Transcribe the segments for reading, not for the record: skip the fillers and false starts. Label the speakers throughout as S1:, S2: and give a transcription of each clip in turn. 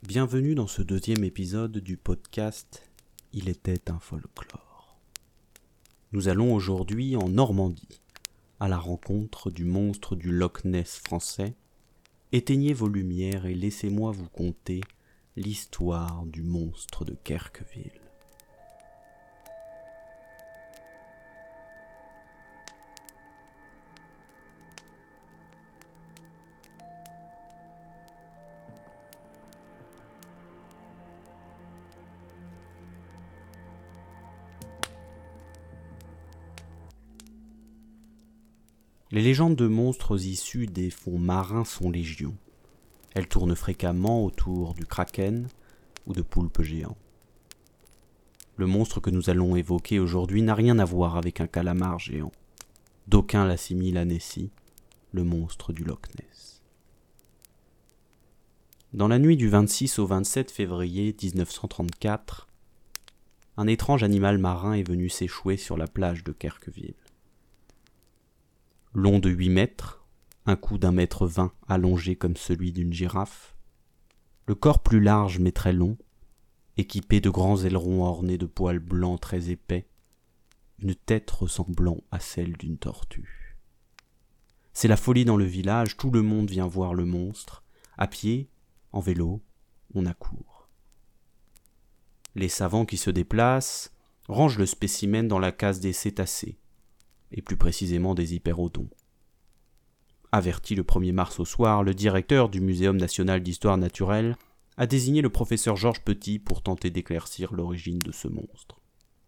S1: Bienvenue dans ce deuxième épisode du podcast « Il était un folklore ». Nous allons aujourd'hui en Normandie, à la rencontre du monstre du Loch Ness français. Éteignez vos lumières et laissez-moi vous conter l'histoire du monstre de Querqueville. Les légendes de monstres issus des fonds marins sont légion. Elles tournent fréquemment autour du kraken ou de poulpes géants. Le monstre que nous allons évoquer aujourd'hui n'a rien à voir avec un calamar géant. D'aucuns l'assimilent à Nessie, le monstre du Loch Ness. Dans la nuit du 26 au 27 février 1934, un étrange animal marin est venu s'échouer sur la plage de Querqueville. Long de 8 mètres, un cou d'1,20 m allongé comme celui d'une girafe, le corps plus large mais très long, équipé de grands ailerons ornés de poils blancs très épais, une tête ressemblant à celle d'une tortue. C'est la folie dans le village, tout le monde vient voir le monstre, à pied, en vélo, on accourt. Les savants qui se déplacent rangent le spécimen dans la case des cétacés, et plus précisément des hyperodons. Averti le 1er mars au soir, le directeur du Muséum national d'histoire naturelle a désigné le professeur Georges Petit pour tenter d'éclaircir l'origine de ce monstre.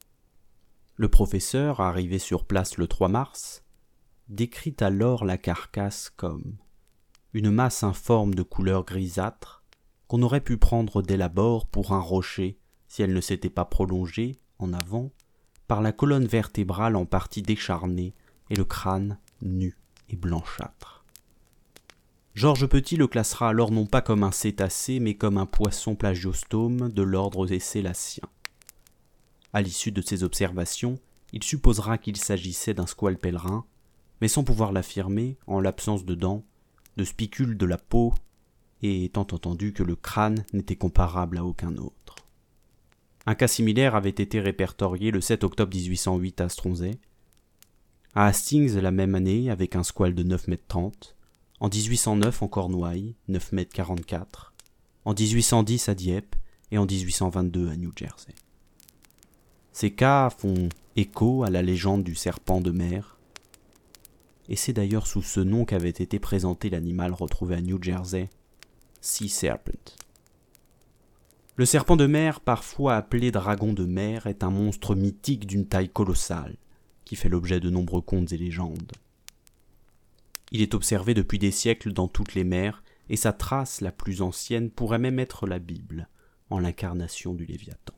S1: Le professeur, arrivé sur place le 3 mars, décrit alors la carcasse comme une masse informe de couleur grisâtre qu'on aurait pu prendre dès l'abord pour un rocher si elle ne s'était pas prolongée, en avant, par la colonne vertébrale en partie décharnée et le crâne nu et blanchâtre. Georges Petit le classera alors non pas comme un cétacé, mais comme un poisson plagiostome de l'ordre des sélaciens. À l'issue de ces observations, il supposera qu'il s'agissait d'un squale pèlerin, mais sans pouvoir l'affirmer, en l'absence de dents, de spicules de la peau, et étant entendu que le crâne n'était comparable à aucun autre. Un cas similaire avait été répertorié le 7 octobre 1808 à Stronzay, à Hastings la même année avec un squale de 9,30 m, en 1809 en Cornouailles, 9,44 m, en 1810 à Dieppe et en 1822 à New Jersey. Ces cas font écho à la légende du serpent de mer, et c'est d'ailleurs sous ce nom qu'avait été présenté l'animal retrouvé à New Jersey, Sea Serpent. Le serpent de mer, parfois appelé dragon de mer, est un monstre mythique d'une taille colossale, qui fait l'objet de nombreux contes et légendes. Il est observé depuis des siècles dans toutes les mers, et sa trace la plus ancienne pourrait même être la Bible, en l'incarnation du Léviathan.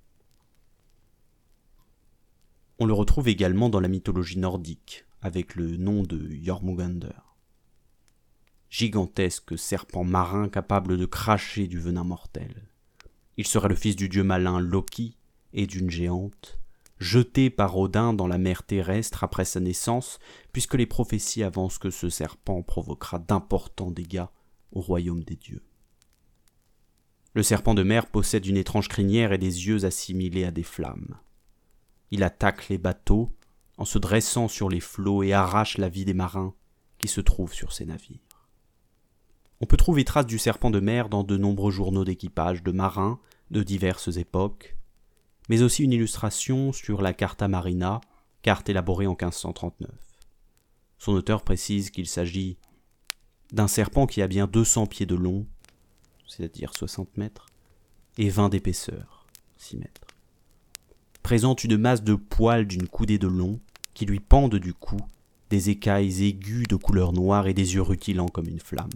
S1: On le retrouve également dans la mythologie nordique, avec le nom de Jormungandr. Gigantesque serpent marin capable de cracher du venin mortel. Il serait le fils du dieu malin Loki et d'une géante, jeté par Odin dans la mer terrestre après sa naissance, puisque les prophéties avancent que ce serpent provoquera d'importants dégâts au royaume des dieux. Le serpent de mer possède une étrange crinière et des yeux assimilés à des flammes. Il attaque les bateaux en se dressant sur les flots et arrache la vie des marins qui se trouvent sur ces navires. On peut trouver trace du serpent de mer dans de nombreux journaux d'équipage de marins de diverses époques, mais aussi une illustration sur la Carta Marina, carte élaborée en 1539. Son auteur précise qu'il s'agit d'un serpent qui a bien 200 pieds de long, c'est-à-dire 60 mètres, et 20 d'épaisseur, 6 mètres. Présente une masse de poils d'une coudée de long qui lui pendent du cou, des écailles aiguës de couleur noire et des yeux rutilants comme une flamme.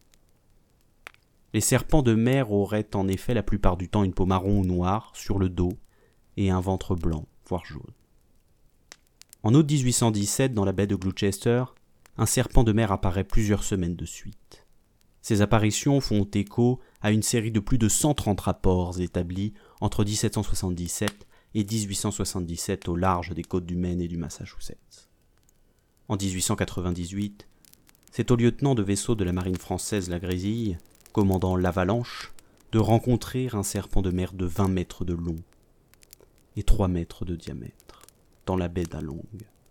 S1: Les serpents de mer auraient en effet la plupart du temps une peau marron ou noire sur le dos et un ventre blanc, voire jaune. En août 1817, dans la baie de Gloucester, un serpent de mer apparaît plusieurs semaines de suite. Ces apparitions font écho à une série de plus de 130 rapports établis entre 1777 et 1877 au large des côtes du Maine et du Massachusetts. En 1898, c'est au lieutenant de vaisseau de la marine française La Grésille, commandant l'Avalanche, de rencontrer un serpent de mer de 20 mètres de long et 3 mètres de diamètre dans la baie d'Along.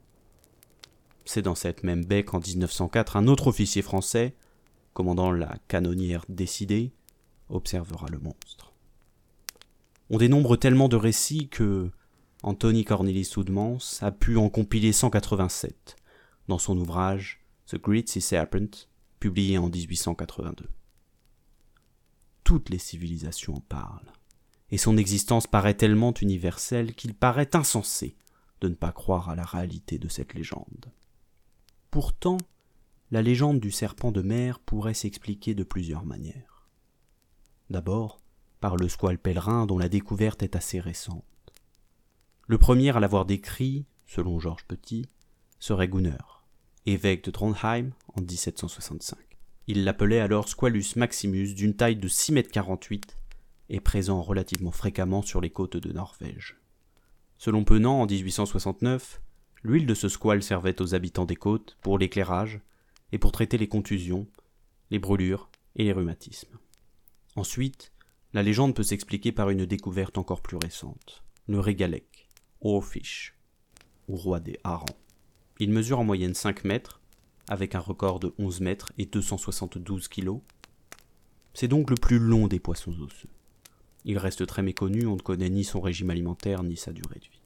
S1: C'est dans cette même baie qu'en 1904, un autre officier français, commandant la canonnière Décidée, observera le monstre. On dénombre tellement de récits que Anthony Cornelis Oudemans a pu en compiler 187 dans son ouvrage The Great Sea Serpent, publié en 1882. Toutes les civilisations en parlent, et son existence paraît tellement universelle qu'il paraît insensé de ne pas croire à la réalité de cette légende. Pourtant, la légende du serpent de mer pourrait s'expliquer de plusieurs manières. D'abord, par le squale pèlerin dont la découverte est assez récente. Le premier à l'avoir décrit, selon Georges Petit, serait Gunnar, évêque de Trondheim en 1765. Il l'appelait alors Squalus maximus d'une taille de 6,48 m et présent relativement fréquemment sur les côtes de Norvège. Selon Penant, en 1869, l'huile de ce squale servait aux habitants des côtes pour l'éclairage et pour traiter les contusions, les brûlures et les rhumatismes. Ensuite, la légende peut s'expliquer par une découverte encore plus récente, le régalec, Oarfish, ou roi des harengs. Il mesure en moyenne 5 mètres, avec un record de 11 mètres et 272 kilos. C'est donc le plus long des poissons osseux. Il reste très méconnu, on ne connaît ni son régime alimentaire ni sa durée de vie.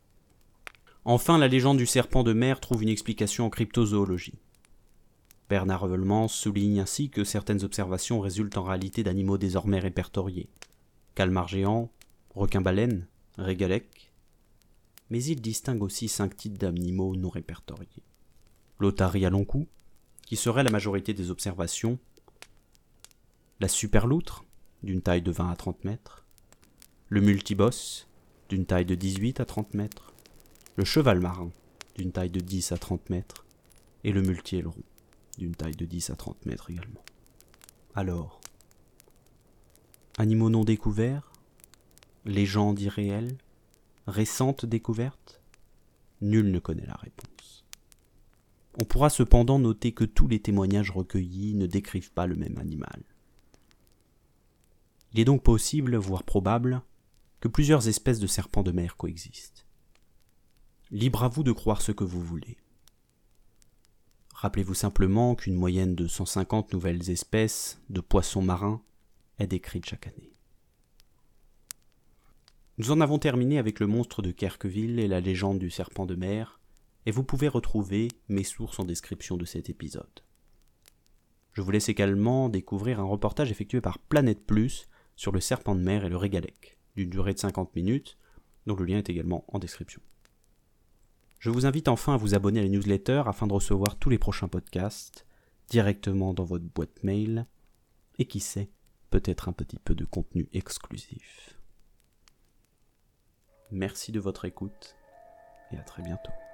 S1: Enfin, la légende du serpent de mer trouve une explication en cryptozoologie. Bernard Revelmans souligne ainsi que certaines observations résultent en réalité d'animaux désormais répertoriés. Calmar géant, requin-baleine, régalec. Mais il distingue aussi 5 types d'animaux non répertoriés. L'otarie à long cou, qui serait la majorité des observations. La superloutre, d'une taille de 20 à 30 mètres. Le multibosse, d'une taille de 18 à 30 mètres. Le cheval marin, d'une taille de 10 à 30 mètres. Et le multi-aileron, d'une taille de 10 à 30 mètres également. Alors, animaux non découverts, légendes irréelles, récentes découvertes, nul ne connaît la réponse. On pourra cependant noter que tous les témoignages recueillis ne décrivent pas le même animal. Il est donc possible, voire probable, que plusieurs espèces de serpents de mer coexistent. Libre à vous de croire ce que vous voulez. Rappelez-vous simplement qu'une moyenne de 150 nouvelles espèces de poissons marins est décrite chaque année. Nous en avons terminé avec le monstre de Kerqueville et la légende du serpent de mer, et vous pouvez retrouver mes sources en description de cet épisode. Je vous laisse également découvrir un reportage effectué par Planète Plus sur le serpent de mer et le régalec, d'une durée de 50 minutes, dont le lien est également en description. Je vous invite enfin à vous abonner à la newsletter afin de recevoir tous les prochains podcasts directement dans votre boîte mail, et qui sait, peut-être un petit peu de contenu exclusif. Merci de votre écoute, et à très bientôt.